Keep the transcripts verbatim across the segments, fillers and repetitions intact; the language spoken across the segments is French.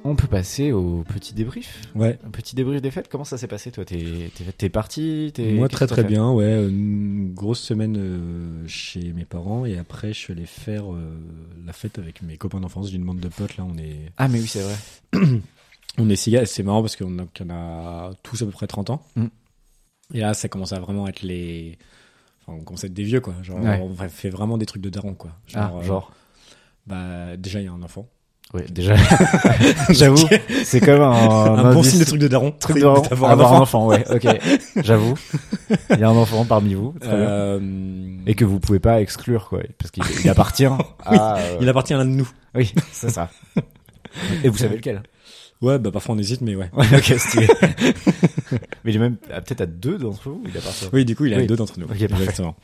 On peut passer au petit débrief. Ouais. Un petit débrief des fêtes. Comment ça s'est passé, toi? T'es, t'es, t'es parti t'es... Moi, Qu'est-ce très que t'as très fait? bien. Ouais, une grosse semaine euh, chez mes parents et après, je suis allé faire euh, la fête avec mes copains d'enfance. J'ai une bande de potes là. On est, Ah, mais oui, c'est vrai. on est six gars. C'est marrant parce qu'on a, qu'on a tous à peu près trente ans. Mm. Et là, ça commence à vraiment être les. Enfin, on commence à être des vieux, quoi. Genre, Ouais. on fait vraiment des trucs de daron, quoi. Ah, euh, genre. Bah, déjà, il y a un enfant. Oui, déjà. J'avoue, c'est quand même un, un bon indice- signe de truc de daron. Truc c'est de d'avoir avoir un un enfant. enfant, ouais, ok. J'avoue. Il y a un enfant parmi vous. Très bien. Euh, Et que vous pouvez pas exclure, quoi. Parce qu'il il appartient à, euh, Il appartient à l'un de nous. oui, c'est ça. Et vous savez lequel? Ouais, bah parfois on hésite, mais ouais. Ouais, ok, stylé. Mais il est même, ah, peut-être à deux d'entre vous, il appartient. Oui, du coup, il y a Oui. deux d'entre nous. Ok, parfait. Exactement.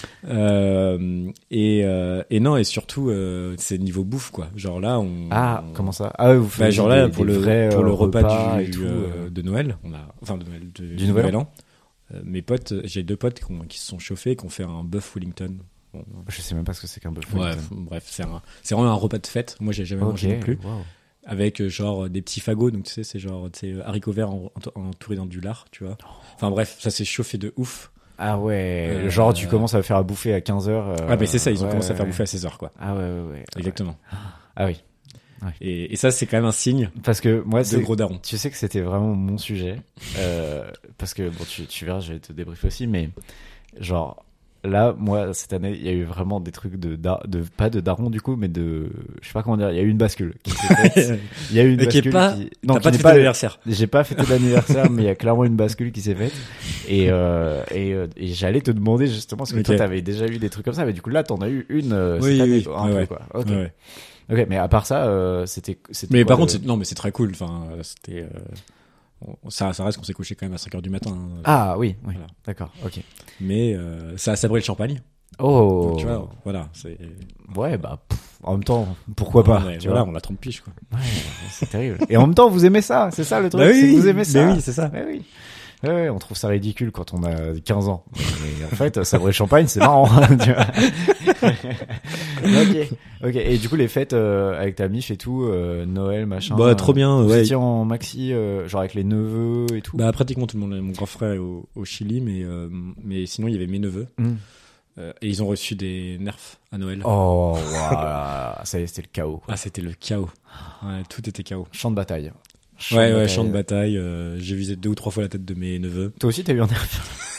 Euh, et, euh, et non, et surtout, euh, c'est niveau bouffe, quoi. Genre là, on. Ah, comment ça? Ah ouais, vous faites Bah, genre là, des- pour des le, vrais, pour le euh, repas, du, et tout. euh, euh. de Noël, on a, enfin, de Noël, de- Du Nouvel An. Euh, mes potes, j'ai deux potes qui, ont- qui se sont chauffés, qui ont fait un bœuf Wellington. Bon, Je sais même pas ce que c'est qu'un bœuf. ouais, Wellington. f- bref, c'est un, c'est vraiment un repas de fête. Moi, j'ai jamais Ok, mangé non plus. wow. Avec euh, genre des petits fagots, donc tu sais, c'est genre tu sais, haricots verts en- en- entourés dans du lard, tu vois. Enfin bref, ça s'est chauffé de ouf. Ah ouais, Euh, genre tu commences à faire à bouffer à quinze heures. Ah, mais c'est ça, ils ont ouais, commencé à faire ouais. bouffer à seize heures, quoi. Ah ouais, ouais, ouais. Exactement. Ah oui. Et, et ça, c'est quand même un signe Parce que moi, de c'est gros daron. tu sais que c'était vraiment mon sujet. Euh, parce que, bon, tu, tu verras, je vais te débriefer aussi, mais genre, là, moi, cette année, il y a eu vraiment des trucs de, da- de pas de daron du coup, mais de, je sais pas comment dire, il y a eu une bascule qui s'est faite. Il y a eu une Et qui est bascule pas- qui... Non, qui pas de n'est fête d'anniversaire. J'ai pas fêté d'anniversaire, mais il y a clairement une bascule qui s'est faite. Et, euh, et, euh, et j'allais te demander justement, parce que Ok. toi, t'avais déjà eu des trucs comme ça, mais du coup, là, t'en as eu une, euh, Oui, cette année, oui, quoi, un ouais, peu, ouais. quoi. Ok. Ouais, ouais. Ok, mais à part ça, euh, c'était, c'était Mais quoi, par le- contre, c'est, non, mais c'est très cool. Enfin, euh, c'était, euh, on- ça, ça reste qu'on s'est couché quand même à cinq heures du matin. hein. Ah oui, oui. Voilà. D'accord, ok. Mais euh, ça a sabré le champagne. Oh. Donc, tu vois, voilà, c'est. Ouais, bah, pff, en même temps, pourquoi pas, Ouais, tu voilà, vois. on l'a trente piges, quoi. Ouais, c'est terrible. Et en même temps, vous aimez ça, c'est ça le truc, Bah c'est oui, que vous aimez ça. mais oui, c'est ça. Ouais, oui. Ouais, ouais, on trouve ça ridicule quand on a quinze ans. Mais en fait, sabrer champagne, c'est marrant, tu vois. Ok. Ok. Et du coup, les fêtes, euh, avec ta mif et tout, euh, Noël, machin. Bah, trop bien, Vous ouais. étiez en maxi, euh, genre avec les neveux et tout. Bah, pratiquement tout le monde. Mon grand frère est au, au Chili, mais, euh, mais sinon, il y avait mes neveux. Mm. Euh, et ils ont reçu des nerfs à Noël. Oh, voilà. Ça y est, c'était le chaos, quoi. Ah, c'était le chaos. Ouais, tout était chaos. Champ de bataille. Champ ouais, de ouais, bataille. champ de bataille. Euh, j'ai visé deux ou trois fois la tête de mes neveux. Toi aussi, t'as eu un nerf.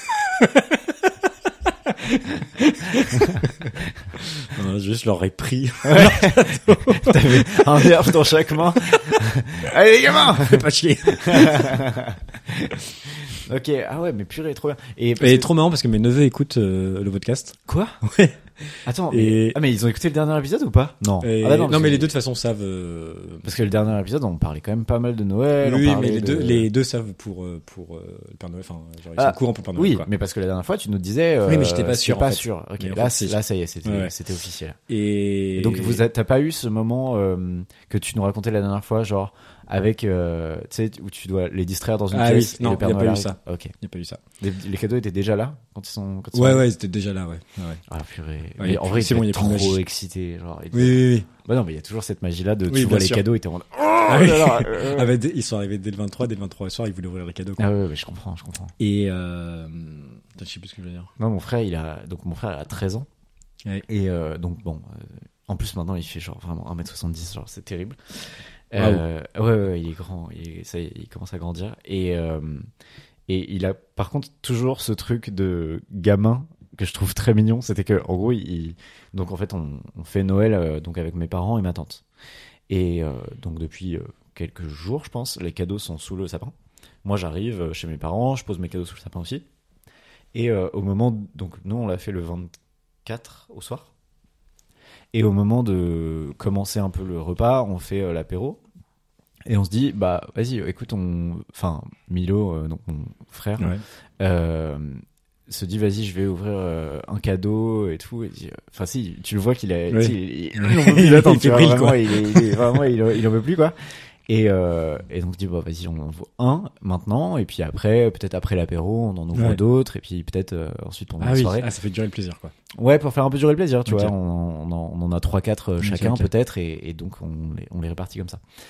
Euh, juste leur ai pris. T'avais un nerf dans chaque main. Allez, les gamins! Fais pas chier. Ok, ah ouais, mais purée, trop bien. Et, parce Et que- trop marrant parce que mes neveux écoutent euh, le podcast. Quoi? Ouais. Attends, Et- mais... Ah, mais ils ont écouté le dernier épisode ou pas? Non. Et- Ah bah non, parce mais que- les deux de toute façon savent. euh, Parce que le dernier épisode, on parlait quand même pas mal de Noël. oui, on mais parlait les de... deux, les deux savent pour euh, pour euh, le Père Noël. Enfin, genre, ils Ah, sont au courant pour le Père Noël. Oui, quoi. mais parce que la dernière fois, tu nous disais. Euh, Oui, mais j'étais pas c'était sûr, en Pas fait. sûr. Ok, Mais en là, fait, c'est- c'est- là, ça y est, c'était, Ouais, ouais. c'était officiel. Et... Et donc, vous, a- t'as pas eu ce moment euh, que tu nous racontais la dernière fois, genre avec, euh, tu sais, où tu dois les distraire dans une Ah pièce oui, et non, le Père y a pas Noël eu arrive. ça. Ok. Il n'y a pas eu ça. Les, les cadeaux étaient déjà là quand ils sont. Quand ils sont Ouais, arrivés ouais, ils étaient déjà là, ouais. ouais, ouais. Ah purée. Ouais, Mais en vrai, c'est c'est bon, y a trop plus de magie. excité, genre. et- Oui, oui, oui. Bah non, mais il y a toujours cette magie-là de Oui, tu bien vois les sûr. cadeaux et t'es en mode. Oh Ah oui. là là, euh. Ah bah, dès- ils sont arrivés dès le vingt-trois, dès le vingt-trois au soir, ils voulaient ouvrir les cadeaux. Quoi. Ah ouais, ouais, je comprends, je comprends. Et euh... Attends, je sais plus ce que je veux dire. Non, mon frère, il a donc mon frère a treize ans. Ouais. Et euh, donc bon, euh, en plus maintenant il fait genre vraiment un mètre soixante-dix, genre c'est terrible. Euh, ouais, ouais, ouais, il est grand, il, est- ça, y est, il commence à grandir et euh, et il a par contre toujours ce truc de gamin que je trouve très mignon, c'était que en gros, il, donc en fait on, on fait Noël euh, donc avec mes parents et ma tante. Et euh, donc depuis euh, quelques jours, je pense, les cadeaux sont sous le sapin. Moi, j'arrive chez mes parents, je pose mes cadeaux sous le sapin aussi. Et euh, au moment, donc nous, on l'a fait le vingt-quatre au soir. Et au moment de commencer un peu le repas, on fait euh, l'apéro. Et on se dit, bah vas-y, écoute, on, enfin Milo, euh, donc mon frère, Ouais. euh, se dit vas-y, je vais ouvrir euh, un cadeau et tout. Et dit, euh, enfin si, tu le vois qu'il a, Ouais. tu sais, il, il, il en peut plus d'attendre, Il tu vois, fébrile, vraiment, quoi. il, est, il est vraiment, il, il en veut plus quoi. Et, euh, et donc, je dis, bah, vas-y, on en ouvre un maintenant, et puis après, peut-être après l'apéro, on en ouvre Ouais. d'autres, et puis peut-être euh, ensuite pendant Ah la oui, soirée. ah, ça fait durer le plaisir, quoi. Ouais, pour faire un peu durer le plaisir, tu Ok. vois, on, on, en, on en a trois quatre Ok, chacun ok. peut-être, et, et donc on les, on les répartit comme ça.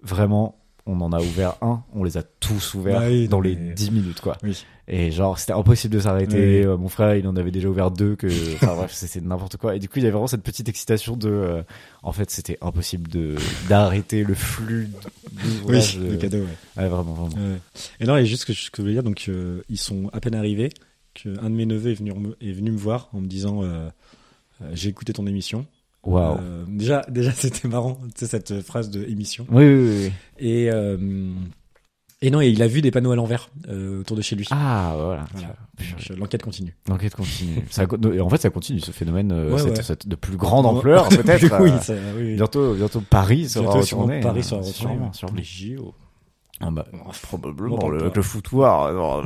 vraiment, on en a ouvert un, on les a tous ouverts Ah oui, dans non, les mais- dix minutes, quoi. Oui. Et genre, c'était impossible de s'arrêter. Oui. Euh, Mon frère, il en avait déjà ouvert deux, que, enfin bref, c'était n'importe quoi. Et du coup, il y avait vraiment cette petite excitation de, euh, en fait, c'était impossible de, d'arrêter le flux Oui, d'ouvrages. le cadeau, ouais. Ouais, vraiment, vraiment. Ouais. Et non, et juste ce que je, ce que je voulais dire, donc euh, ils sont à peine arrivés qu'un de mes neveux est venu, me- est venu me voir en me disant euh, euh, j'ai écouté ton émission. Waouh. Euh, déjà, déjà c'était marrant, tu sais, cette phrase de émission. Oui, oui, oui, oui. Et, euh, et non, et il a vu des panneaux à l'envers euh, autour de chez lui. Ah, voilà. Voilà. Tu vois, Donc, euh, l'enquête continue. l'enquête continue. Ça, co- et en fait, ça continue, ce phénomène, euh, Ouais, cette- ouais. cette- de plus grande ampleur, peut-être. oui, euh, ça, oui, oui. Bientôt, bientôt Paris sera Bientôt, sûrement, retourné. Paris hein, sera retourné. sûrement, ouais. sûrement. Les J O. Ah bah, Oh, probablement, m'en le, parle avec pas. le foutoir. non,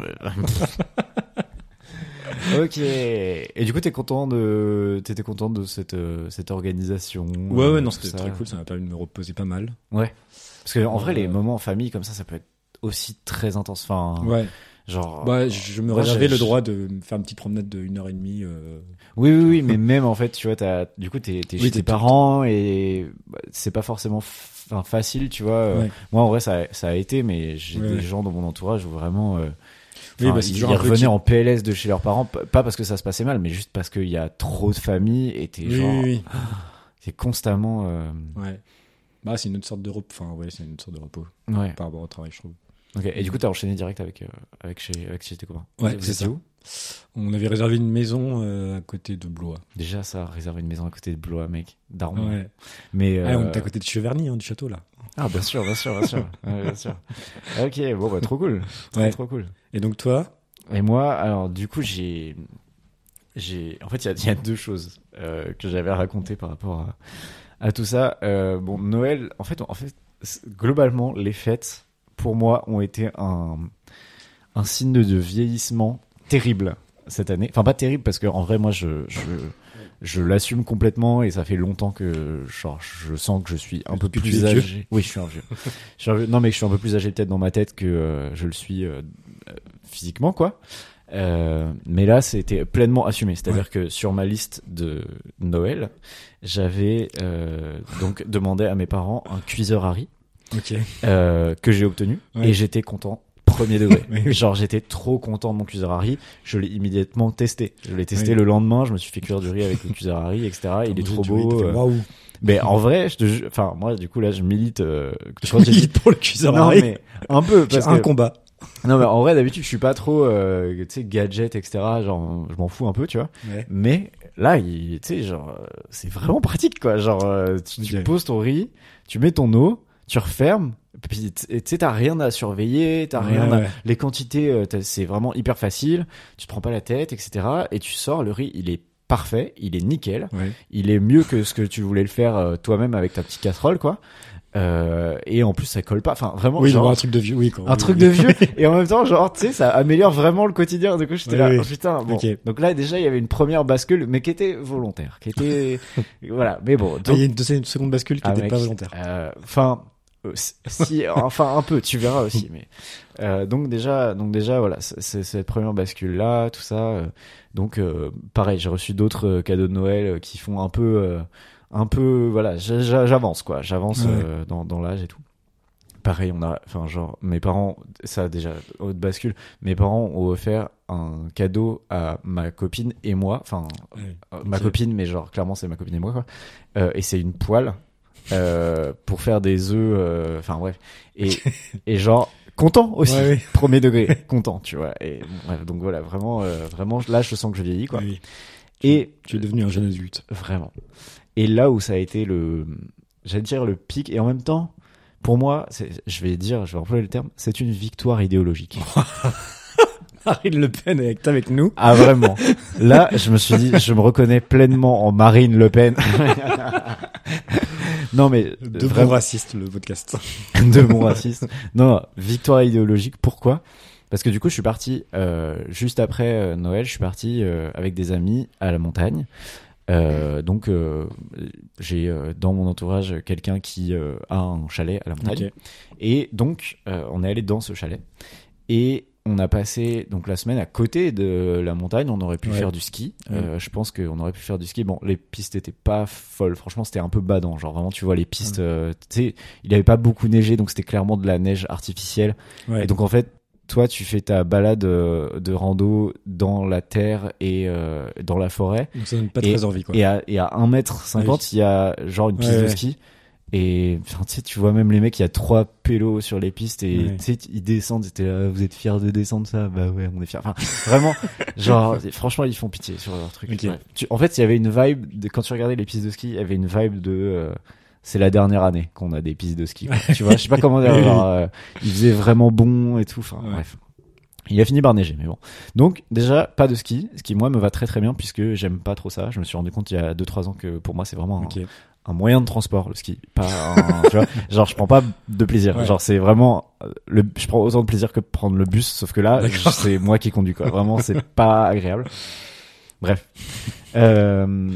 mais- ok. Et du coup, t'es content de, t'étais content de cette, euh, cette organisation. Ouais, euh, ouais, non, tout c'était ça. très cool, ça m'a permis de me reposer pas mal. Ouais. Parce que, en vrai, les Euh, moments en famille comme ça, ça peut être aussi très intense. Enfin, Ouais. genre. Bah, je me moi, réservais j'ai- le droit de me faire une petite promenade de une heure et demie. Euh... Oui, oui, oui, mais même en fait, tu vois, t'as, du coup, t'es, t'es Oui, chez t'es tes parents et bah, c'est pas forcément f- enfin, facile, tu vois. Euh, Ouais. Moi, en vrai, ça, a- ça a été, mais j'ai Ouais, des ouais. gens dans mon entourage où vraiment, euh, Oui, enfin, bah, c'est ils, toujours ils un peu revenaient type- en P L S de chez leurs parents, p- pas parce que ça se passait mal, mais juste parce qu'il y a trop de familles et t'es Oui, genre, oui, oui. c'est constamment, euh, Ouais. Bah, c'est une autre sorte de repos. Enfin, ouais, c'est une autre sorte de repos ouais. par rapport au travail, je trouve. Ok. Et du coup, t'as enchaîné direct avec, euh, avec chez, avec chez tes copains. Ouais, Vous c'est étiez ça. où On avait réservé une maison euh, à côté de Blois. Déjà, ça, réserver une maison à côté de Blois, mec, Darmon. Ouais. Mais, Ah, on euh, était à côté de Cheverny, hein, du château, là. ah, bien sûr, bien sûr, bien sûr, ouais, bien sûr. Ok, bon, bah, trop cool, trop, Ouais. trop cool. Et donc, toi? Et moi, alors du coup, j'ai, j'ai, en fait, il y a, il y a deux choses euh, que j'avais à raconter par rapport à, à tout ça. Euh, bon, Noël, en fait, en fait, c'est- globalement, les fêtes, pour moi, ont été un, un signe de vieillissement terrible cette année. Enfin, pas terrible parce que en vrai, moi, je, je, je l'assume complètement et ça fait longtemps que, genre, je sens que je suis un peu Que tu plus es vieux. âgé. Oui, je suis un vieux. Je suis un vieux. Non, mais je suis un peu plus âgé peut-être dans ma tête que euh, je le suis euh, euh, physiquement, quoi. Euh, mais là, c'était pleinement assumé. C'est-à-dire Ouais. que sur ma liste de Noël, j'avais euh, donc demandé à mes parents un cuiseur Harry Ok. euh, que j'ai obtenu Ouais. et j'étais content. Premier degré. Oui, oui. Genre, j'étais trop content de mon cuiseur Harry. Je l'ai immédiatement testé. Je l'ai testé Oui. le lendemain. Je me suis fait cuire du riz avec le cuiseur Harry, et cetera. Il est trop beau. euh. Waouh. Mais en vrai, je te jure, enfin, moi, du coup, là, je milite, euh, quand j'ai dit- Milite pour le cuiseur non, Harry. mais un peu, J'ai parce un que, combat. non, mais en vrai, d'habitude, je suis pas trop, euh, tu sais, gadget, et cetera. Genre, je m'en fous un peu, tu vois. Ouais. Mais là, il- tu sais, genre, euh, c'est vraiment pratique, quoi. Genre, euh, tu, tu Ok. poses ton riz, tu mets ton eau, tu refermes, puis t- et tu sais, t'as rien à surveiller, t'as rien Ouais, à... ouais. Les quantités, euh, t'as- c'est vraiment hyper facile, tu te prends pas la tête, et cetera. Et tu sors, le riz, il est parfait, il est nickel, Ouais. il est mieux que ce que tu voulais le faire euh, toi-même avec ta petite casserole, quoi. Euh, et en plus, ça colle pas. Enfin, vraiment, Oui, genre, genre un truc de vieux. Oui, quoi. un Oui, truc oui. de vieux et en même temps genre tu sais ça améliore vraiment le quotidien. Du coup j'étais Oui, là oui. oh, putain bon. Ok. Donc là déjà il y avait une première bascule mais qui était volontaire, qui était voilà, mais bon Ah, donc, il y a une deuxième- une seconde bascule qui ah, n'était mec, pas volontaire. euh, enfin euh, si enfin un peu tu verras aussi mais euh, donc déjà donc déjà voilà c'est c'est cette première bascule là tout ça euh, donc euh, pareil j'ai reçu d'autres euh, cadeaux de Noël euh, qui font un peu euh, un peu voilà j'a- j'a- j'avance quoi j'avance Ouais. euh, dans dans l'âge et tout. Pareil, on a, enfin, genre, mes parents, ça déjà, haute bascule, mes parents ont offert un cadeau à ma copine et moi, enfin, Ouais. euh, ma Ok. copine, mais genre, clairement, c'est ma copine et moi, quoi. Euh, et c'est une poêle, euh, pour faire des œufs, euh, enfin, bref. Et, et genre, content aussi, Ouais, ouais. premier degré, content, tu vois. Et bon, bref, donc voilà, vraiment, euh, vraiment, là, je sens que je vieillis, quoi. Oui. Et, Tu es devenu un jeune adulte. vraiment. Et là où ça a été le, j'allais dire le pic, et en même temps, pour moi, c'est, je vais dire, je vais employer le terme, c'est une victoire idéologique. Marine Le Pen est avec, avec nous. Ah vraiment. Là, je me suis dit, je me reconnais pleinement en Marine Le Pen. Non mais De vraiment bons racistes, le podcast. de mon raciste. Non, non, victoire idéologique. Pourquoi ? Parce que du coup, je suis parti euh, juste après euh, Noël. Je suis parti euh, avec des amis à la montagne. Euh, donc, euh, j'ai euh, dans mon entourage quelqu'un qui euh, a un chalet à la montagne. Ok. Et donc, euh, on est allé dans ce chalet et on a passé donc la semaine à côté de la montagne. On aurait pu Ouais. faire du ski. Ouais. Euh, je pense qu'on aurait pu faire du ski. Bon, les pistes étaient pas folles. Franchement, c'était un peu badant. Genre vraiment, tu vois les pistes. Ouais. Euh, tu sais, il avait pas beaucoup neigé, donc c'était clairement de la neige artificielle. Ouais. Et donc en fait, toi, tu fais ta balade euh, de rando dans la terre et euh, dans la forêt. Donc ça donne pas et, très envie, quoi. Et à, et à un mètre cinquante, il y a genre une piste Ouais, de ouais. ski. Et enfin, tu sais, tu vois même les mecs, il y a trois pélos sur les pistes et Ouais. tu sais, ils descendent. Ils étaient là, vous êtes fiers de descendre ça? Bah ouais, on est fiers. Enfin, vraiment, genre, franchement, ils font pitié sur leur truc. Ok. Ouais. Tu, en fait, il y avait une vibe, de, quand tu regardais les pistes de ski, il y avait une vibe de. Euh, c'est la dernière année qu'on a des pistes de ski. Quoi. Tu vois, je sais pas comment dire. Oui, oui. Genre, euh, il faisait vraiment bon et tout. Enfin, Ouais. bref. Il a fini par neiger, mais bon. Donc, déjà, pas de ski. Ce qui, moi, me va très très bien puisque j'aime pas trop ça. Je me suis rendu compte il y a deux trois ans que pour moi, c'est vraiment un, Ok. un moyen de transport, le ski. Pas un, tu vois, genre, je prends pas de plaisir. Ouais. Genre, c'est vraiment, euh, le, je prends autant de plaisir que de prendre le bus, sauf que là, D'accord. c'est moi qui conduis, quoi. Vraiment, c'est pas agréable. Bref. Euh,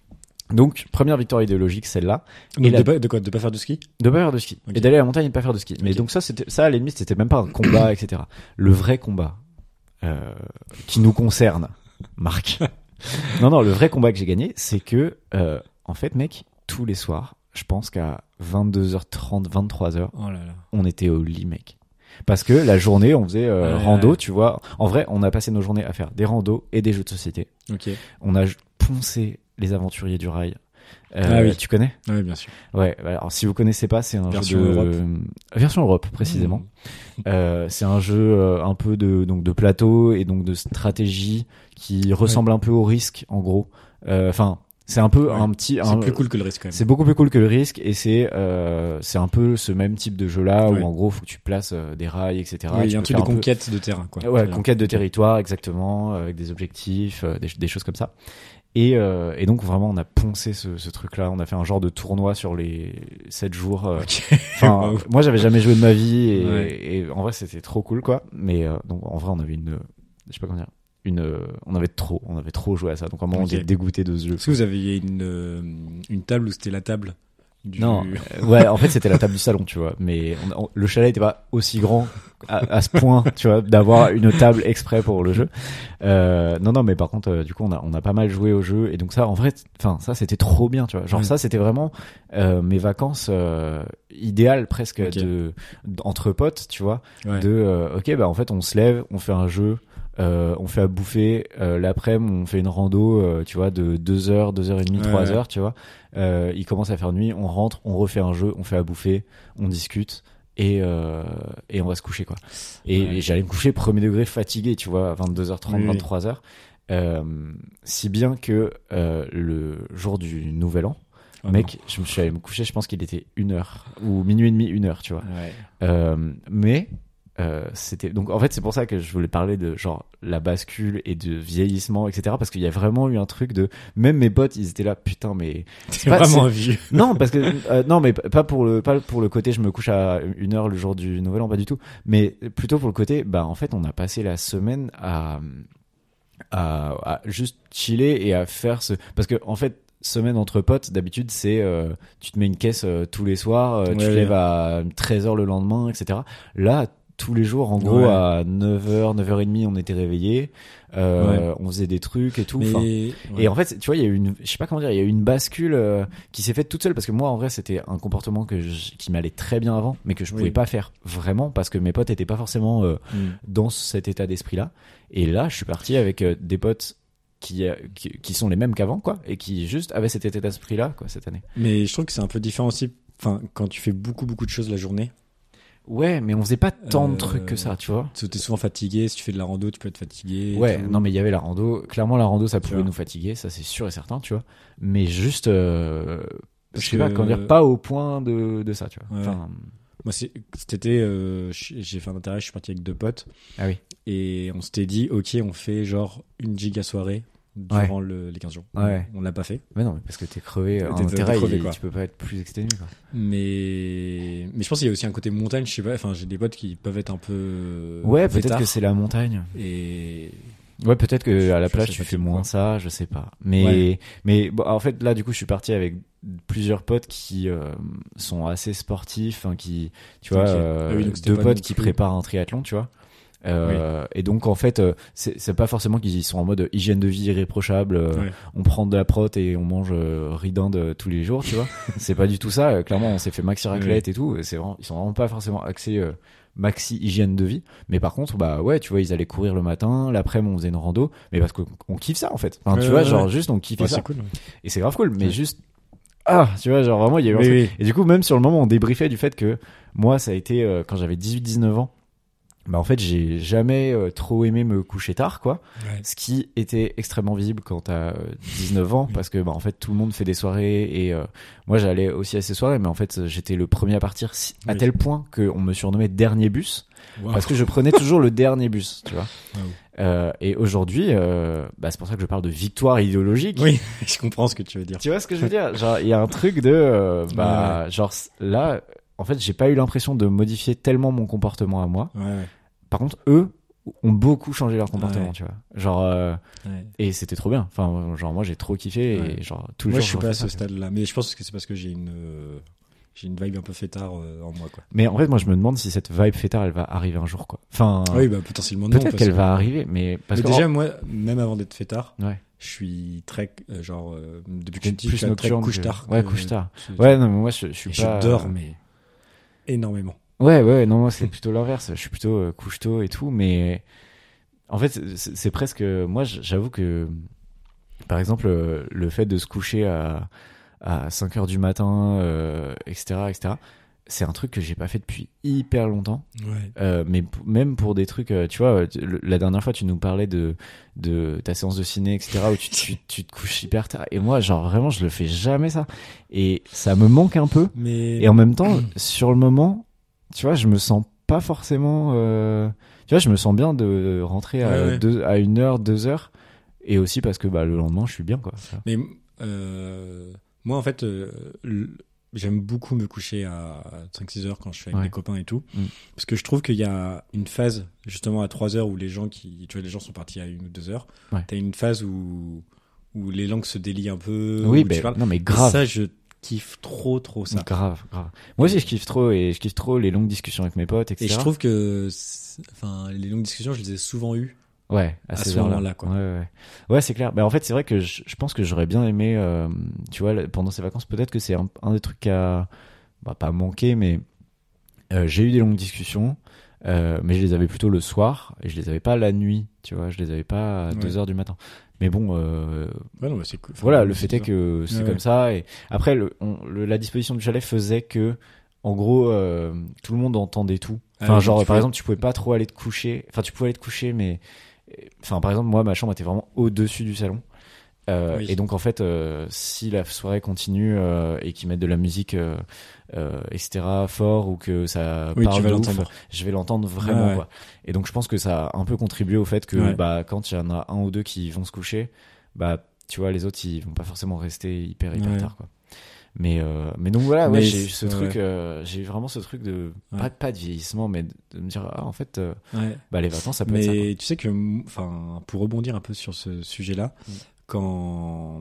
donc, première victoire idéologique, celle-là. Donc, Et la- de, pas, de quoi? De pas faire de ski? De pas faire de ski. Ok. Et d'aller à la montagne et de pas faire de ski. Mais Ok. donc ça, c'était, ça, à la limite, c'était même pas un combat, et cetera. Le vrai combat, euh, qui nous concerne, Marc. non, non, le vrai combat que j'ai gagné, c'est que, euh, en fait, mec, tous les soirs, je pense qu'à vingt-deux heures trente, vingt-trois heures, Oh là là. on était au lit, mec. Parce que la journée, on faisait euh, Ouais, rando, ouais. tu vois. En vrai, on a passé nos journées à faire des randos et des jeux de société. Ok. On a j- poncé les aventuriers du rail. Euh, Ah oui. Tu connais? Ouais, bien sûr. Ouais, alors si vous connaissez pas, c'est un Version jeu de Europe. version Europe précisément. Euh, c'est un jeu euh, un peu de donc de plateau et donc de stratégie qui ressemble un peu au Risque en gros. Enfin, c'est un peu Ouais. un petit. C'est un- plus cool que le risque, quand même. C'est beaucoup plus cool que le Risque et c'est euh, c'est un peu ce même type de jeu là Ouais. où en gros faut que tu places euh, des rails et cetera. Oui, il Tu y a un peux truc de faire un peu- conquête de terrain, quoi. Ouais, Très bien. conquête de territoire, exactement, euh, avec des objectifs, euh, des, des choses comme ça. Et, euh, et donc vraiment, on a poncé ce, ce truc-là. On a fait un genre de tournoi sur les sept jours. euh, Ok. Enfin, Wow. moi, j'avais jamais joué de ma vie et, Ouais. et en vrai, c'était trop cool, quoi. Mais euh, donc, en vrai, on avait une, je sais pas comment dire, une, euh, on avait trop, on avait trop joué à ça. Donc, à un moment, on Ok. était dégoûté de ce jeu. Est-ce que vous aviez une, euh, une table où c'était la table du... Non, euh, ouais, en fait, c'était la table du salon, tu vois. Mais on- on- le chalet était pas aussi grand à, à ce point, tu vois, d'avoir une table exprès pour le jeu. Euh, non, non, mais par contre, euh, du coup, on a, on a pas mal joué au jeu. Et donc ça, en vrai, enfin, ça, c'était trop bien, tu vois. Genre Ouais. ça, c'était vraiment euh, mes vacances euh, idéales presque Ok. de entre potes, tu vois. Ouais. De, euh, ok, bah en fait, on se lève, on fait un jeu. Euh, on fait à bouffer euh, l'après-midi, on fait une rando, euh, tu vois, de deux heures, deux heures et demie, Ouais, trois ouais. heures, tu vois. Euh, il commence à faire nuit, on rentre, on refait un jeu, on fait à bouffer, on discute et euh, et on va se coucher, quoi. Et, Ouais. et j'allais me coucher premier degré fatigué, tu vois, à vingt-deux heures trente, Oui, oui. vingt-trois heures. Euh, si bien que euh, le jour du Nouvel An, Oh mec, je me suis allé me coucher, je pense qu'il était une heure ou minuit et demi, une heure, tu vois. non. Ouais. Euh, mais euh, c'était donc en fait c'est pour ça que je voulais parler de genre la bascule et de vieillissement, etc., parce qu'il y a vraiment eu un truc de même mes potes ils étaient là putain mais C'est pas- vraiment c'est- un vieux. non parce que euh, non mais pas pour le pas pour le côté je me couche à une heure le jour du Nouvel An, pas du tout, mais plutôt pour le côté bah en fait on a passé la semaine à à, à juste chiller et à faire ce parce que en fait semaine entre potes d'habitude c'est euh, tu te mets une caisse euh, tous les soirs, euh, tu Ouais, te ouais. lèves à treize heures le lendemain, etc. Là tous les jours en gros Ouais. à neuf heures, neuf heures trente on était réveillés, euh, on faisait des trucs et tout. Mais... Enfin, ouais. et en fait, tu vois, il y a eu une, je sais pas comment dire, il y a eu une bascule euh, qui s'est faite toute seule parce que moi, en vrai, c'était un comportement que je- qui m'allait très bien avant, mais que je Oui. pouvais pas faire vraiment parce que mes potes étaient pas forcément euh, Mm. dans cet état d'esprit-là. Et là, je suis parti avec euh, des potes qui, euh, qui qui sont les mêmes qu'avant, quoi, et qui juste avaient cet état d'esprit-là, quoi, cette année. Mais je trouve que c'est un peu différent aussi. Enfin, quand tu fais beaucoup, beaucoup de choses la journée, Ouais, mais on faisait pas tant de Euh, trucs que ça, tu vois. tu es souvent fatigué. Si tu fais de la rando, tu peux être fatigué. et Ouais, tout. non mais il y avait la rando. Clairement, la rando, ça Tu pouvait vois. nous fatiguer, ça c'est sûr et certain, tu vois. Mais juste, euh, Parce je sais pas que- comment dire, pas au point de, de ça, tu vois. Ouais. Enfin, Moi, c'est- cet été, euh, j'ai j'ai fait un intérêt, je suis parti avec deux potes. ah oui. Et on s'était dit, ok, on fait genre une giga soirée durant le, les quinze jours. Ouais. On l'a pas fait. Mais non, mais parce que t'es crevé. T'es- Un t'es terrain, crevé, il- quoi. tu peux pas être plus exténué, quoi. Mais, mais je pense qu'il y a aussi un côté montagne, je sais pas. Enfin, j'ai des potes qui peuvent être un peu. Ouais, peut-être fêtards. que c'est la montagne. Et. Ouais, peut-être que à la Je- je plage sais tu pas fais trop, moins quoi. ça, je sais pas. Mais Ouais. mais bon, en fait là du coup je suis parti avec plusieurs potes qui euh, sont assez sportifs, hein, qui tu vois Ok. euh, Ah oui, donc c'était deux pas potes non qui plus- préparent un triathlon, tu vois. Euh, oui. Et donc en fait, euh, c'est, c'est pas forcément qu'ils sont en mode hygiène de vie irréprochable. Euh, ouais. On prend de la prot et on mange euh, ridinde tous les jours, tu vois. C'est pas du tout ça. Euh, clairement, on s'est fait maxi raclette oui. et tout. C'est vraiment, ils sont vraiment pas forcément axés euh, maxi hygiène de vie. Mais par contre, bah ouais, tu vois, ils allaient courir le matin. L'après-midi, on faisait une rando. Mais parce qu'on on kiffe ça en fait. Enfin, tu ouais, vois, ouais, genre ouais. juste on kiffe ouais, ça. C'est cool. Ouais. Et c'est grave cool. Mais ouais. juste ah, tu vois, genre vraiment, il y a eu un oui, truc. Oui. Et du coup, même sur le moment, on débriefait du fait que moi, ça a été euh, quand j'avais dix-huit dix-neuf ans. Bah en fait j'ai jamais euh, trop aimé me coucher tard quoi, ouais. ce qui était extrêmement visible quand t'as euh, dix-neuf ans oui. parce que bah en fait tout le monde fait des soirées et euh, moi j'allais aussi à ces soirées mais en fait j'étais le premier à partir si, à oui. tel point que on me surnommait dernier bus wow. parce que je prenais toujours le dernier bus tu vois wow. euh, et aujourd'hui euh, bah c'est pour ça que je parle de victoire idéologique. Oui je comprends ce que tu veux dire. Tu vois ce que je veux dire, genre il y a un truc de euh, bah ouais. genre là en fait, j'ai pas eu l'impression de modifier tellement mon comportement à moi. Ouais, ouais. Par contre, eux ont beaucoup changé leur comportement, ouais. tu vois. Genre, euh, ouais. et c'était trop bien. Enfin, genre, moi, j'ai trop kiffé ouais. et genre, tout le Moi, jour, je suis pas à ce ça, stade-là. Mais je pense que c'est parce que j'ai une, euh, j'ai une vibe un peu fêtard euh, en moi, quoi. Mais en fait, moi, je me demande si cette vibe fêtard, elle va arriver un jour, quoi. Enfin. Oui, bah, potentiellement non. Peut-être qu'elle que... va arriver, mais parce mais que. déjà, moi, même avant d'être fêtard. Ouais. Je suis très euh, genre euh, depuis que je suis plus petit, très couche tard. Ouais, couche tard. Ouais, non, mais moi, je, je suis pas. Je dors, mais énormément. Ouais, ouais, non, moi c'est plutôt l'inverse. Je suis plutôt euh, couche tôt et tout, mais en fait, c'est, c'est presque. Moi, j'avoue que, par exemple, euh, le fait de se coucher à à cinq heures du matin, euh, et cetera, et cetera, c'est un truc que j'ai pas fait depuis hyper longtemps. Ouais. Euh, mais p- même pour des trucs, euh, tu vois, le, la dernière fois, tu nous parlais de de ta séance de ciné, et cetera, où tu, tu tu te couches hyper tard. Et moi, genre vraiment, je le fais jamais ça. Et ça me manque un peu. Mais et en même temps, sur le moment. Tu vois, je me sens pas forcément. Euh... Tu vois, je me sens bien de rentrer à, ouais, ouais. Deux, à une heure, deux heures, et aussi parce que bah le lendemain, je suis bien, quoi. Mais euh, moi, en fait, euh, j'aime beaucoup me coucher à cinq six heures quand je suis avec ouais. mes copains et tout, mm. parce que je trouve qu'il y a une phase justement à trois heures où les gens qui, tu vois, les gens sont partis à une ou deux heures. Ouais. T'as une phase où où les langues se délient un peu. Oui, ben bah, non, mais grave. Et ça, je kiffe trop trop ça. Grave, grave. Moi aussi je kiffe trop et je kiffe trop les longues discussions avec mes potes, et cetera. Et je trouve que enfin les longues discussions, je les ai souvent eues. Ouais, à, à ces ce heures-là. moment-là quoi. Ouais ouais. Ouais, c'est clair. Mais en fait, c'est vrai que je, je pense que j'aurais bien aimé euh, tu vois pendant ces vacances, peut-être que c'est un, un des trucs qui a bah, pas manqué mais euh, j'ai eu des longues discussions euh, mais je les avais plutôt le soir et je les avais pas la nuit, tu vois, je les avais pas à ouais. deux heures du matin. Mais bon, euh, ouais, non, mais c'est cool. Enfin, voilà, le fait est que c'est ouais, comme ouais. ça. Et après, le, on, le, la disposition du chalet faisait que, en gros, euh, tout le monde entendait tout. Enfin, ah, genre, par pouvais... exemple, tu pouvais pas trop aller te coucher. Enfin, tu pouvais aller te coucher, mais, enfin, par exemple, moi, ma chambre était vraiment au-dessus du salon. Euh, oui. Et donc, en fait, euh, si la soirée continue euh, et qu'ils mettent de la musique, euh, euh, et cetera, fort ou que ça oui, parle tu vas de ouf, l'entendre. je vais l'entendre vraiment. Ah, ouais. Quoi. Et donc, je pense que ça a un peu contribué au fait que, ouais. bah, quand il y en a un ou deux qui vont se coucher, bah, tu vois, les autres, ils vont pas forcément rester hyper, hyper ouais. tard, quoi. Mais, euh, mais donc voilà, ouais, mais j'ai eu ce ouais. truc, euh, j'ai eu vraiment ce truc de, ouais. pas, pas de vieillissement, mais de, de me dire, ah, en fait, euh, ouais. bah, les vacances, ça peut mais être ça. Mais tu sais que, enfin, pour rebondir un peu sur ce sujet-là, mm. quand,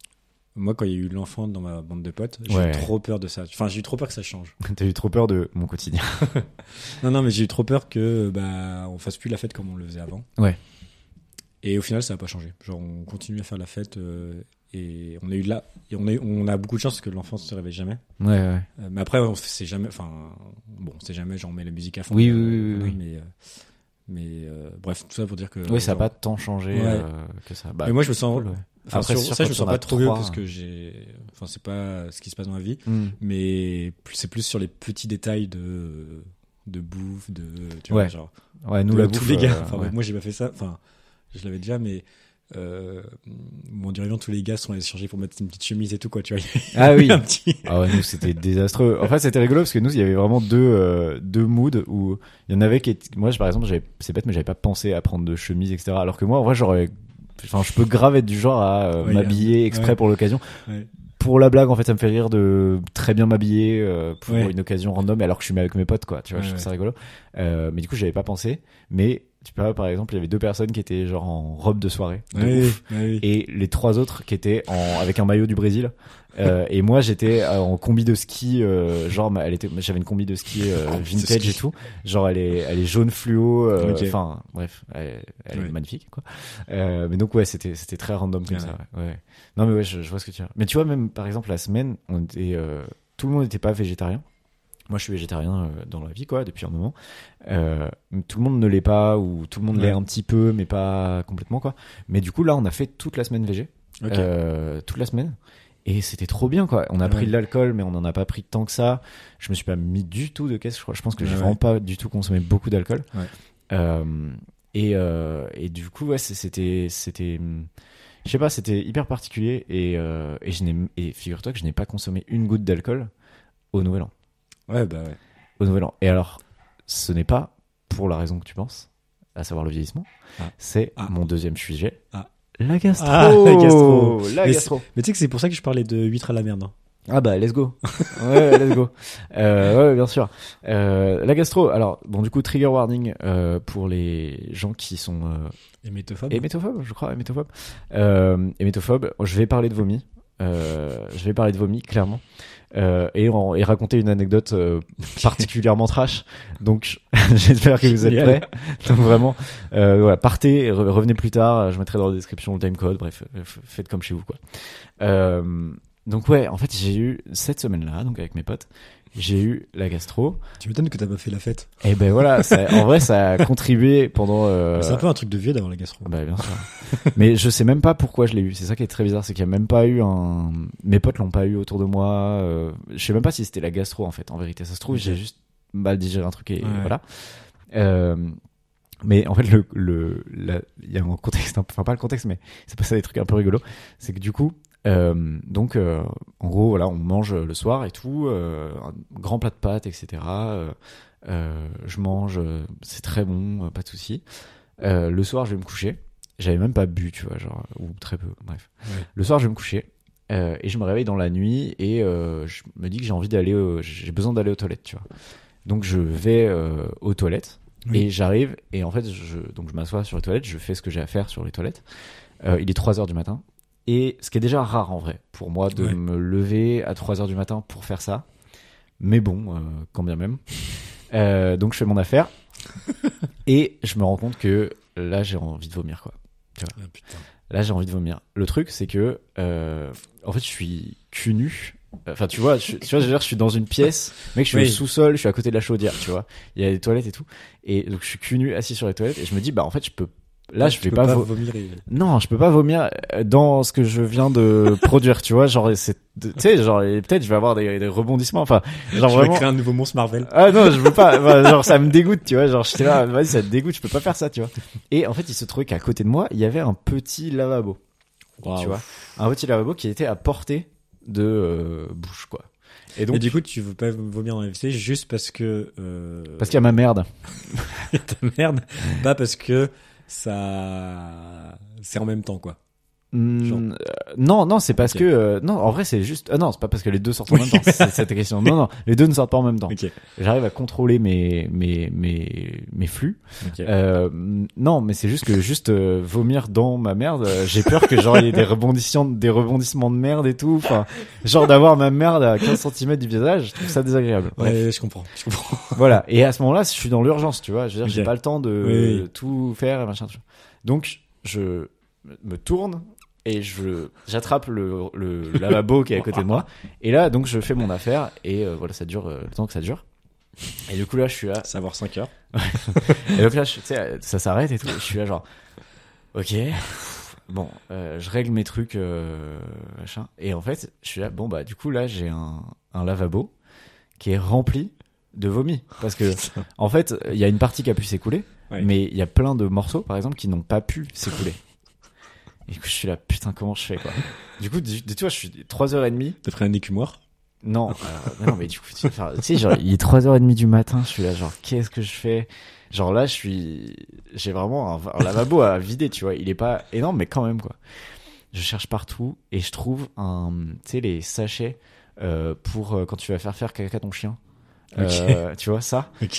moi, quand il y a eu l'enfant dans ma bande de potes, j'ai ouais. eu trop peur de ça. Enfin, j'ai eu trop peur que ça change. T'as eu trop peur de mon quotidien. non, non, mais j'ai eu trop peur que, bah, on fasse plus la fête comme on le faisait avant. Ouais. Et au final, ça n'a pas changé. Genre, on continue à faire la fête euh, et on a eu là, et on a, on a beaucoup de chance parce que l'enfant se réveille jamais. Ouais, ouais. Euh, mais après, on sait jamais. Enfin, bon, on sait jamais. Genre, on met la musique à fond. Oui, euh, oui, oui, voilà, oui. Mais, euh, mais euh, bref, tout ça pour dire que. Oui, ça n'a pas tant changé ouais. euh, que ça. Bah, mais moi, je me sens. Cool, ouais. Enfin, après, sur sûr, ça, je me sens pas trop vieux parce hein. que j'ai. Enfin, c'est pas ce qui se passe dans ma vie, mm. mais c'est plus sur les petits détails de de bouffe, de. Tu vois, ouais. genre. Ouais, nous de, la tous bouffe, les gars. Euh, enfin, ouais. moi, j'ai pas fait ça. Enfin, je l'avais déjà, mais. Euh, bon, du tous les gars sont allés se changer pour mettre une petite chemise et tout, quoi, tu vois. Ah oui. Un petit... Ah ouais, nous, c'était désastreux. En fait, c'était rigolo parce que nous, il y avait vraiment deux, euh, deux moods où il y en avait qui étaient... Moi, par exemple, j'avais, c'est bête, mais j'avais pas pensé à prendre de chemise, et cetera. Alors que moi, en vrai, j'aurais, enfin, je peux grave être du genre à euh, ouais, m'habiller yeah. exprès ouais. pour l'occasion. Ouais. Pour la blague, en fait, ça me fait rire de très bien m'habiller euh, pour ouais. une occasion random, alors que je suis avec mes potes, quoi. Tu vois, ouais, je trouve ouais. ça rigolo. Euh, mais du coup, j'avais pas pensé. Mais tu vois, par exemple, il y avait deux personnes qui étaient genre en robe de soirée, de oui, ouf, oui. et les trois autres qui étaient en, avec un maillot du Brésil. Euh, et moi, j'étais euh, en combi de ski, euh, genre, elle était, j'avais une combi de ski euh, vintage ski. Et tout. Genre, elle est, elle est jaune fluo. Enfin, euh, okay. bref, elle, elle oui. est magnifique, quoi. Euh, mais donc ouais, c'était, c'était très random comme ouais. ça. Ouais. ouais. Non mais ouais, je, je vois ce que tu veux dire. Mais tu vois, même par exemple la semaine, on était, euh, tout le monde n'était pas végétarien. Moi, je suis végétarien euh, dans la vie, quoi, depuis un moment. Euh, tout le monde ne l'est pas, ou tout le monde ouais. l'est un petit peu, mais pas complètement, quoi. Mais du coup, là, on a fait toute la semaine végé, okay. euh, toute la semaine, et c'était trop bien, quoi. On a ouais. pris de l'alcool, mais on n'en a pas pris tant que ça. Je me suis pas mis du tout de caisse, je crois. Je pense que ouais, j'ai ouais. vraiment pas du tout consommé beaucoup d'alcool. Ouais. Euh, et, euh, et du coup, ouais, c'était, c'était, je sais pas, c'était hyper particulier, et, euh, et je n'ai, et figure-toi que je n'ai pas consommé une goutte d'alcool au Nouvel An. Ouais, bah ouais. Au Nouvel An. Et alors, ce n'est pas pour la raison que tu penses, à savoir le vieillissement. Ah. C'est ah. mon deuxième sujet. Ah. La gastro. Ah, la gastro. La mais gastro. Mais tu sais que c'est pour ça que je parlais de huîtres à la merde. Hein. Ah bah, let's go. ouais, let's go. Euh, ouais, bien sûr. Euh, la gastro. Alors, bon, du coup, trigger warning euh, pour les gens qui sont... Euh, hémétophobes. Hémétophobes, je crois, hémétophobes. Euh, hémétophobes. Je vais parler de vomi. Euh, je vais parler de vomi, clairement. Euh, et, en, et raconter une anecdote euh, particulièrement trash. Donc, j'espère que vous êtes prêts. Donc vraiment, euh, voilà, partez, re- revenez plus tard. Je mettrai dans la description le timecode. Bref, f- faites comme chez vous, quoi. Euh, donc ouais, en fait, j'ai eu cette semaine-là, donc avec mes potes, j'ai eu la gastro. Tu m'étonnes que t'as pas fait la fête. Et ben voilà, ça, en vrai, ça a contribué pendant. Euh... C'est un peu un truc de vieux d'avoir la gastro. Bah bien sûr. Mais je sais même pas pourquoi je l'ai eu. C'est ça qui est très bizarre, c'est qu'il y a même pas eu un. Mes potes l'ont pas eu autour de moi. Euh... Je sais même pas si c'était la gastro en fait. En vérité, ça se trouve, okay. j'ai juste mal digéré un truc et ouais. voilà. Euh... Mais en fait, le le la... il y a un contexte, enfin pas le contexte, mais c'est passé des trucs un peu rigolos. C'est que du coup. Euh, donc, euh, en gros, voilà, on mange le soir et tout, euh, un grand plat de pâtes, et cetera. Euh, euh, je mange, c'est très bon, pas de souci. Euh, le soir, je vais me coucher. J'avais même pas bu, tu vois, genre ou très peu. Bref, ouais. Le soir, je vais me coucher euh, et je me réveille dans la nuit et euh, je me dis que j'ai envie d'aller, euh, j'ai besoin d'aller aux toilettes, tu vois. Donc, je vais euh, aux toilettes oui. et j'arrive et en fait, je, donc je m'assois sur les toilettes, je fais ce que j'ai à faire sur les toilettes. Euh, il est trois heures du matin. Et ce qui est déjà rare en vrai pour moi de ouais. me lever à trois heures du matin pour faire ça. Mais bon, euh, quand bien même. Euh, donc je fais mon affaire et je me rends compte que là j'ai envie de vomir quoi. Tu vois. Ah, putain. Là j'ai envie de vomir. Le truc c'est que euh, en fait je suis cul nu. Enfin tu vois, je, tu vois, je veux dire, je suis dans une pièce, mec, je suis oui. au sous-sol, je suis à côté de la chaudière, tu vois. Il y a des toilettes et tout. Et donc je suis cul nu assis sur les toilettes et je me dis bah en fait je peux Là, ouais, je vais peux pas, pas vo- vomir. Et... Non, je peux pas vomir dans ce que je viens de produire, tu vois. Genre, c'est, tu sais, genre, peut-être je vais avoir des, des rebondissements. Enfin, genre je vraiment. vais créer un nouveau monstre Marvel. Ah non, je veux pas. Enfin, genre, ça me dégoûte, tu vois. Genre, j'étais là, vas-y, ça te dégoûte, je peux pas faire ça, tu vois. Et en fait, il se trouvait qu'à côté de moi, il y avait un petit lavabo, wow. tu vois, un petit lavabo qui était à portée de euh, bouche, quoi. Et donc, et du coup, tu veux pas vomir dans les W C juste parce que. Euh... Parce qu'il y a ma merde. Ta merde. Pas parce que. Ça, c'est en même temps quoi. Mmh, euh, non, non, c'est parce okay. que euh, non, en vrai, c'est juste. Ah non, c'est pas parce que les deux sortent en même temps. C'est cette question. Non, non, les deux ne sortent pas en même temps. Okay. J'arrive à contrôler mes mes mes mes flux. Okay. Euh, non, mais c'est juste que juste euh, vomir dans ma merde. Euh, j'ai peur que genre il y ait des rebondissements, des rebondissements de merde et tout. Enfin, genre d'avoir ma merde à quinze centimètres du visage, je trouve ça désagréable. Ouais, Bref. je comprends. Je comprends. Voilà. Et à ce moment-là, je suis dans l'urgence, tu vois. Je veux dire, okay. j'ai pas le temps de oui, oui. tout faire et machin. Donc, je me tourne. Et je j'attrape le le lavabo qui est à côté de moi et là donc je fais mon affaire et euh, voilà ça dure euh, le temps que ça dure et du coup là je suis là savoir cinq heures et donc là tu sais ça s'arrête et tout et je suis là genre ok bon euh, je règle mes trucs euh, machin et en fait je suis là bon bah du coup là j'ai un un lavabo qui est rempli de vomi parce que en fait il y a une partie qui a pu s'écouler ouais. mais il y a plein de morceaux par exemple qui n'ont pas pu s'écouler. Et du coup, je suis là, putain, comment je fais, quoi. Du coup, tu vois, je suis trois heures trente. T'as pris un écumoire? Non, alors, non, mais du coup, tu sais, genre, il est trois heures trente du matin, je suis là, genre, qu'est-ce que je fais? Genre là, je suis, j'ai vraiment un, un lavabo à vider, tu vois. Il est pas énorme, mais quand même, quoi. Je cherche partout et je trouve un, tu sais, les sachets, euh, pour, euh, quand tu vas faire faire caca à ton chien. Okay. Euh, tu vois, ça. Okay.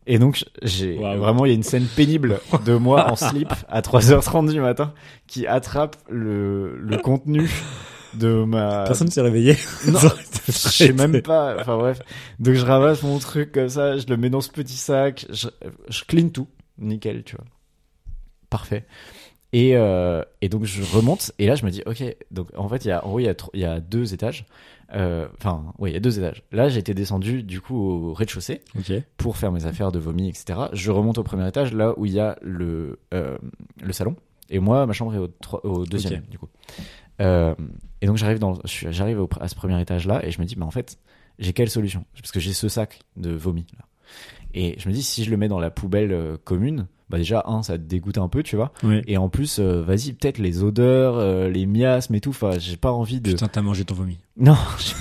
Et donc, j'ai Wow. vraiment, il y a une scène pénible de moi en slip à trois heures trente du matin qui attrape le, le contenu de ma... Personne s'est réveillé. Non, je sais même pas. Enfin bref. Donc, je ramasse mon truc comme ça, je le mets dans ce petit sac, je, je clean tout. Nickel, tu vois. Parfait. Et, euh, et donc, je remonte, et là, je me dis, ok, donc en fait, il y a, en gros, il y a, tro- il y a deux étages. Euh, Enfin, oui, il y a deux étages. Là, j'étais descendu, du coup, au rez-de-chaussée. Ok. Pour faire mes affaires de vomi, et cetera. Je remonte au premier étage, là où il y a le, euh, le salon. Et moi, ma chambre est au, tro- au deuxième, Ok. du coup. Euh, et donc, j'arrive, dans, je suis- j'arrive au- à ce premier étage-là et je me dis, bah, en fait, j'ai quelle solution? Parce que j'ai ce sac de vomi, là. Et je me dis, si je le mets dans la poubelle euh, commune, bah déjà, un, ça te dégoûte un peu, tu vois. Ouais. Et en plus, euh, vas-y, peut-être les odeurs, euh, les miasmes et tout. Enfin, j'ai pas envie de. Putain, t'as mangé ton vomi. Non,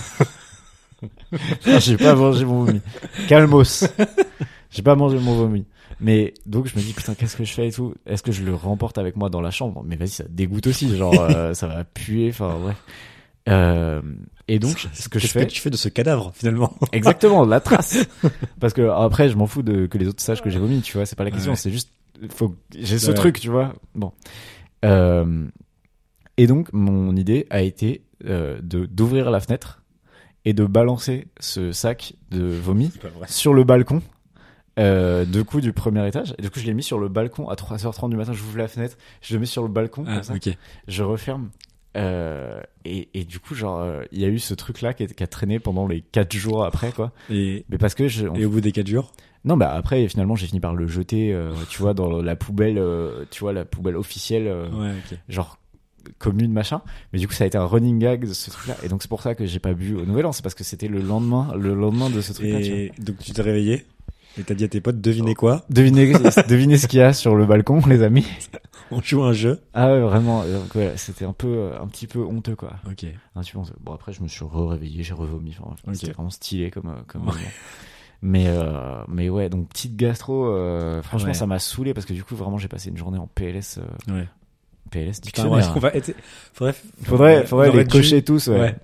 j'ai- j'ai pas mangé mon vomi. Calmos. J'ai pas mangé mon vomi. Mais donc je me dis putain qu'est-ce que je fais et tout. Est-ce que je le remporte avec moi dans la chambre? Mais vas-y ça dégoûte aussi genre euh, ça va puer. Enfin ouais. Euh, et donc ce que je Qu'est-ce fais que tu fais de ce cadavre finalement? exactement la trace. Parce que après je m'en fous de que les autres sachent que j'ai vomi. Tu vois c'est pas la question. Ouais. C'est juste faut j'ai ce Ouais. truc tu vois. Bon. Euh, et donc mon idée a été euh, de d'ouvrir la fenêtre et de balancer ce sac de vomi C'est pas vrai. sur le balcon euh, de coup du premier étage. Et du coup, je l'ai mis sur le balcon à trois heures trente du matin. J'ouvre la fenêtre, je le mets sur le balcon, Ah, comme ça. ok. Je referme. Euh, et, et du coup, genre, euh, il y a eu ce truc-là qui, est- qui a traîné pendant les quatre jours après, quoi. Et, Mais parce que je, on- et au bout des quatre jours? non, bah après, finalement, j'ai fini par le jeter, euh, tu vois, dans la poubelle, euh, tu vois, la poubelle officielle, euh, Ouais, ok. genre commune machin. Mais du coup, ça a été un running gag de ce truc-là. Et donc, c'est pour ça que j'ai pas bu au Nouvel An. C'est parce que c'était le lendemain, le lendemain de ce truc-là. Tu vois. Et donc tu t'es réveillé et t'as dit à tes potes, devinez quoi? Devinez, devinez ce qu'il y a sur le balcon, les amis. On joue à un jeu. Ah ouais, vraiment. Donc, ouais, c'était un peu, un petit peu honteux, quoi. Ok. Un petit peu honteux. Bon, après, je me suis re-réveillé, j'ai revomi. Enfin, Ok. C'était vraiment stylé comme, euh, comme Ouais. moment. Mais, euh, mais ouais, donc petite gastro, euh, franchement, Ouais. ça m'a saoulé parce que du coup, vraiment, j'ai passé une journée en P L S, euh, Ouais. P L S Putain, ouais, dictionnaire. on va être... faudrait, Faudrait, faudrait on aurait les dû- cocher tous, ouais. Ouais.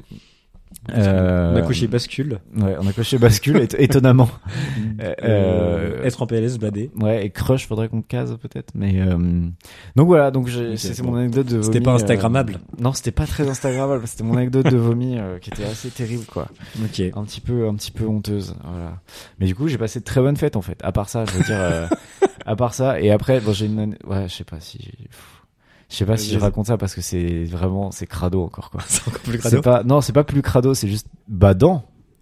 Euh, On a coché bascule. Ouais, on a coché bascule, éton- étonnamment. Euh, Euh, être en P L S, badé. Ouais, et crush, faudrait qu'on case peut-être, mais euh... donc voilà, donc j'ai- Ok, c'était bon. mon anecdote de vomi. C'était pas euh, instagrammable. Non, c'était pas très instagrammable, c'était mon anecdote de vomi euh, qui était assez terrible, quoi. Ok. Un petit peu, un petit peu honteuse, voilà. Mais du coup, j'ai passé de très bonnes fêtes en fait. À part ça, je veux dire, euh, à part ça, et après, bon, j'ai une, ane- ouais, je sais pas si, pff, je sais pas si je Vas-y. raconte ça parce que c'est vraiment, c'est crado encore, quoi. C'est encore plus C'est crado. pas, non, c'est pas plus crado, c'est juste badant.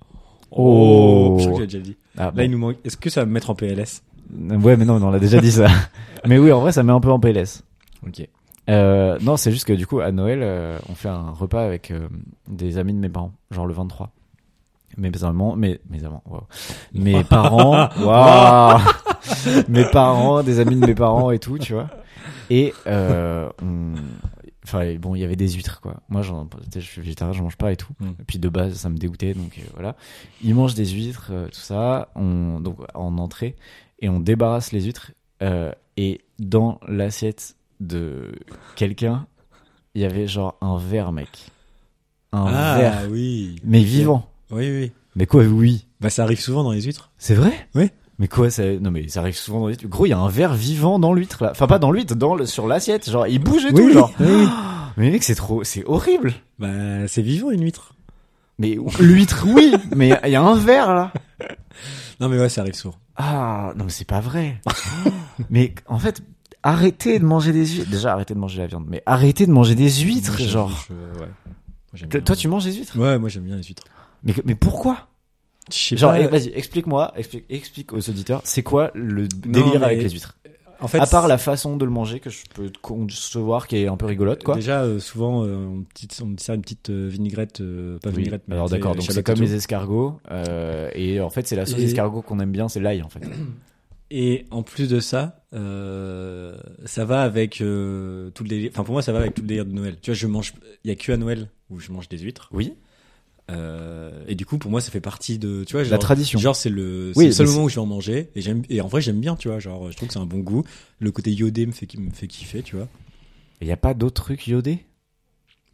Oh, Oh. je crois que j'ai déjà dit. Ah, Là, bon. il nous manque. Est-ce que ça va me mettre en P L S? Ouais, mais non, mais on l'a déjà dit ça. Mais oui, en vrai, ça met un peu en P L S. Ok. Euh, non, c'est juste que du coup, à Noël, euh, on fait un repas avec euh, des amis de mes parents, genre le vingt-trois. Mes amants, mes, mes amants, waouh. Mes parents, waouh. Mes parents, des amis de mes parents et tout, tu vois. Et, euh, on... enfin, bon, il y avait des huîtres, quoi. Moi, j'en, je suis végétarien, j'en mange pas et tout. Mm. Et puis de base, ça me dégoûtait, donc euh, voilà. Ils mangent des huîtres, euh, tout ça, on, donc en entrée, et on débarrasse les huîtres, euh, et dans l'assiette de quelqu'un, il y avait genre un verre, mec. Un Ah, verre, oui. mais vivant. Oui, oui. Mais quoi, oui. Bah, ça arrive souvent dans les huîtres. C'est vrai? Oui. Mais quoi, ça... non mais ça arrive souvent dans l'huître. Gros, il y a un verre vivant dans l'huître là. Enfin pas dans l'huître, dans le... sur l'assiette. Genre, il bouge et tout, genre. oui, oui. Mais mec, c'est trop, c'est horrible. Bah, c'est vivant une huître. Mais l'huître, oui. Mais il y a un verre là. Non, mais ouais, ça arrive souvent. Ah, non mais c'est pas vrai. Mais en fait, arrêtez de manger des huîtres. Déjà, arrêtez de manger la viande. Mais arrêtez de manger des huîtres, Moi, j'aime- genre. je- ouais. Moi, j'aime Toi, bien. toi, tu manges des huîtres? Ouais, moi, j'aime bien les huîtres. Mais, mais pourquoi? Je sais Genre, pas. eh, vas-y, explique-moi, explique, explique aux auditeurs, c'est quoi le délire mais- avec les huîtres? En fait, À part la façon de le manger que je peux concevoir qui est un peu rigolote, quoi. déjà, euh, souvent, euh, on, petite, on sert une petite euh, vinaigrette, euh, pas Oui. vinaigrette, mais Alors tu sais, d'accord, donc c'est échalote comme et les tout. escargots, euh, et en fait c'est la sauce Et- escargot qu'on aime bien, c'est l'ail en fait. Et en plus de ça, euh, ça va avec euh, tout le délire. Enfin, pour moi, ça va avec tout le délire de Noël. Tu vois, je mange. Il y a que à Noël où je mange des huîtres. Oui. Euh, et du coup, pour moi, ça fait partie de. Tu vois, La genre, tradition. Genre, c'est le, c'est Oui, le seul mais moment où je vais en manger. Et j'aime. Et en vrai, j'aime bien. Tu vois, genre, je trouve que c'est un bon goût. Le côté iodé me fait, me fait kiffer. Tu vois. Il y a pas d'autres trucs iodés?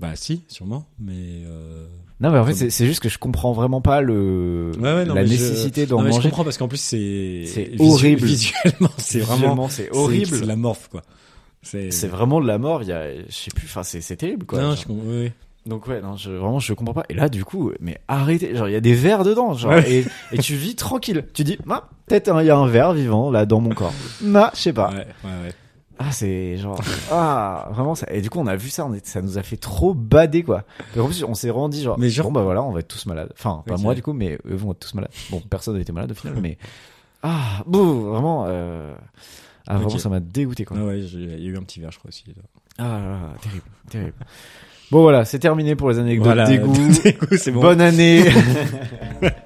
Bah si, sûrement, mais. Euh... Non, mais en fait, c'est, c'est juste que je comprends vraiment pas le ouais, ouais, non, la nécessité je... d'en non, mais manger. Je comprends parce qu'en plus c'est c'est visu... horrible visuellement, c'est visuellement, vraiment c'est horrible. C'est, c'est de la morphe quoi. C'est... c'est vraiment de la mort. Il y a, je sais plus. Enfin, c'est c'est terrible quoi. Non, genre. je comprends. Oui, oui. Donc ouais, non, je, vraiment, je comprends pas. Et là, du coup, mais arrêtez. Genre, il y a des vers dedans, genre, ouais. et, et tu vis tranquille. Tu dis, ah, peut-être il y a un ver vivant là dans mon corps. Nah, je sais pas. Ouais, ouais, ouais. Ah, c'est genre, ah, vraiment ça. Et du coup, on a vu ça, on est, ça nous a fait trop bader, quoi. Et en plus, on s'est vraiment dit, genre, mais genre, bon, bah voilà, on va être tous malades. Enfin, pas okay. moi, du coup, mais eux vont être tous malades. Bon, personne n'a été malade au final, mais, ah, bouh, vraiment, euh, ah, vraiment, okay. ça m'a dégoûté, quoi. Ah ouais, il y a eu un petit verre, je crois aussi. Là. Ah, là, là, terrible, terrible. Bon, voilà, c'est terminé pour les anecdotes voilà, d'égout. d'égout, c'est bon. Bonne année.